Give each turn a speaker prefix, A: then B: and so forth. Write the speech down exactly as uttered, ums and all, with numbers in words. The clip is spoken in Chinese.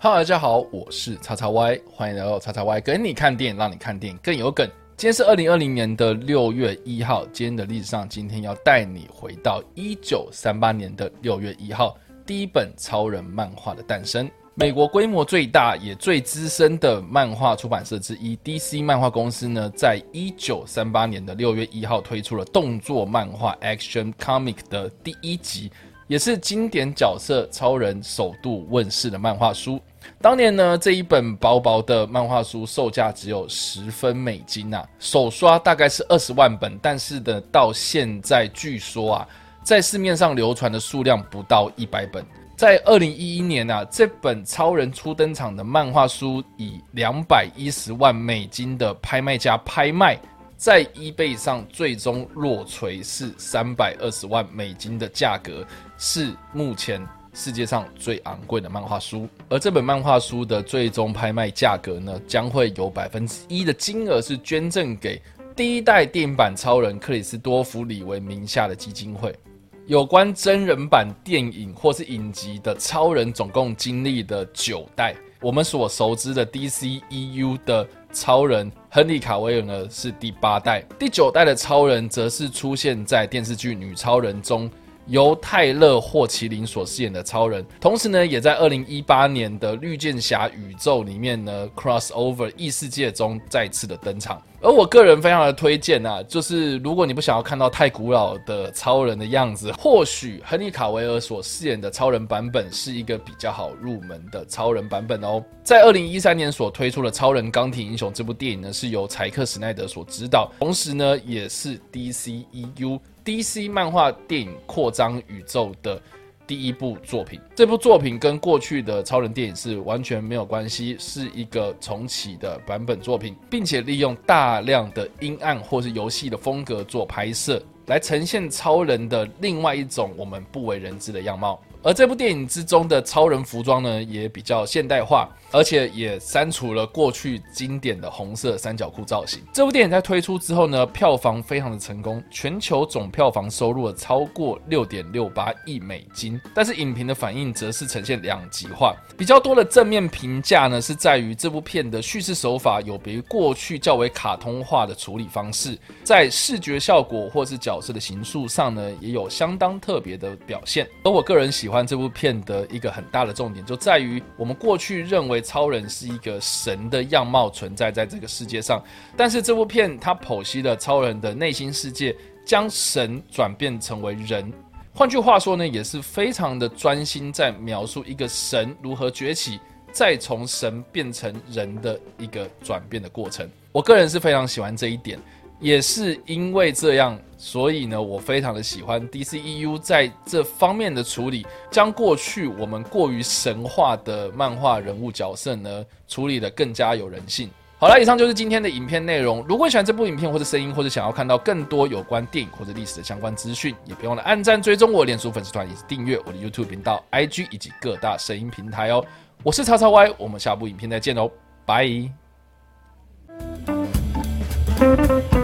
A: Hello， 大家好，我是叉叉 Y， 欢迎来到叉叉 Y， 跟你看电影，让你看电影更有梗。今天是二零二零年的六月一号，今天的历史上，今天要带你回到一九三八年的六月一号，第一本超人漫画的诞生。美国规模最大也最资深的漫画出版社之一 D C 漫画公司呢，在一九三八年的六月一号推出了动作漫画 Action Comic 的第一集，也是经典角色超人首度问世的漫画书。当年呢，这一本薄薄的漫画书售价只有十分美金啊，首刷大概是二十万本，但是呢，到现在据说啊，在市面上流传的数量不到一百本。在二零一一年啊，这本超人初登场的漫画书以两百一十万美金的拍卖价拍卖，在 eBay 上最终落锤是三百二十万美金的价格，是目前世界上最昂贵的漫画书。而这本漫画书的最终拍卖价格呢，将会有 百分之一 的金额是捐赠给第一代电影版超人克里斯多弗李维名下的基金会。有关真人版电影或是影集的超人总共经历了九代，我们所熟知的 D C E U 的超人亨利卡维尔呢是第八代，第九代的超人则是出现在电视剧女超人中，由泰勒霍奇林所饰演的超人，同时呢也在二零一八年的绿箭侠宇宙里面呢 crossover 异世界中再次的登场。而我个人非常的推荐啊，就是如果你不想要看到太古老的超人的样子，或许亨利卡维尔所饰演的超人版本是一个比较好入门的超人版本哦。在二零一三年所推出的超人钢铁英雄这部电影呢，是由柴克史奈德所执导，同时呢也是 D C E U D C 漫画电影扩张宇宙的第一部作品。这部作品跟过去的超人电影是完全没有关系，是一个重启的版本作品，并且利用大量的阴暗或是游戏的风格做拍摄，来呈现超人的另外一种我们不为人知的样貌。而这部电影之中的超人服装呢，也比较现代化，而且也删除了过去经典的红色三角裤造型。这部电影在推出之后呢，票房非常的成功，全球总票房收入了超过 六点六八亿美金。但是影评的反应则是呈现两极化，比较多的正面评价呢，是在于这部片的叙事手法有别于过去较为卡通化的处理方式，在视觉效果或是角色的形塑上呢，也有相当特别的表现。而我个人喜欢这部片的一个很大的重点，就在于我们过去认为超人是一个神的样貌存在在这个世界上，但是这部片它剖析了超人的内心世界，将神转变成为人。换句话说呢，也是非常的专心在描述一个神如何崛起，再从神变成人的一个转变的过程。我个人是非常喜欢这一点，也是因为这样，所以呢，我非常的喜欢 D C E U 在这方面的处理，将过去我们过于神话的漫画人物角色呢，处理得更加有人性。好了，以上就是今天的影片内容。如果你喜欢这部影片或者声音，或者想要看到更多有关电影或者历史的相关资讯，也别忘了按赞、追踪我的脸书粉丝团，以及订阅我的 YouTube 频道、I G 以及各大声音平台哦。我是叉叉 Y， 我们下部影片再见喽，拜。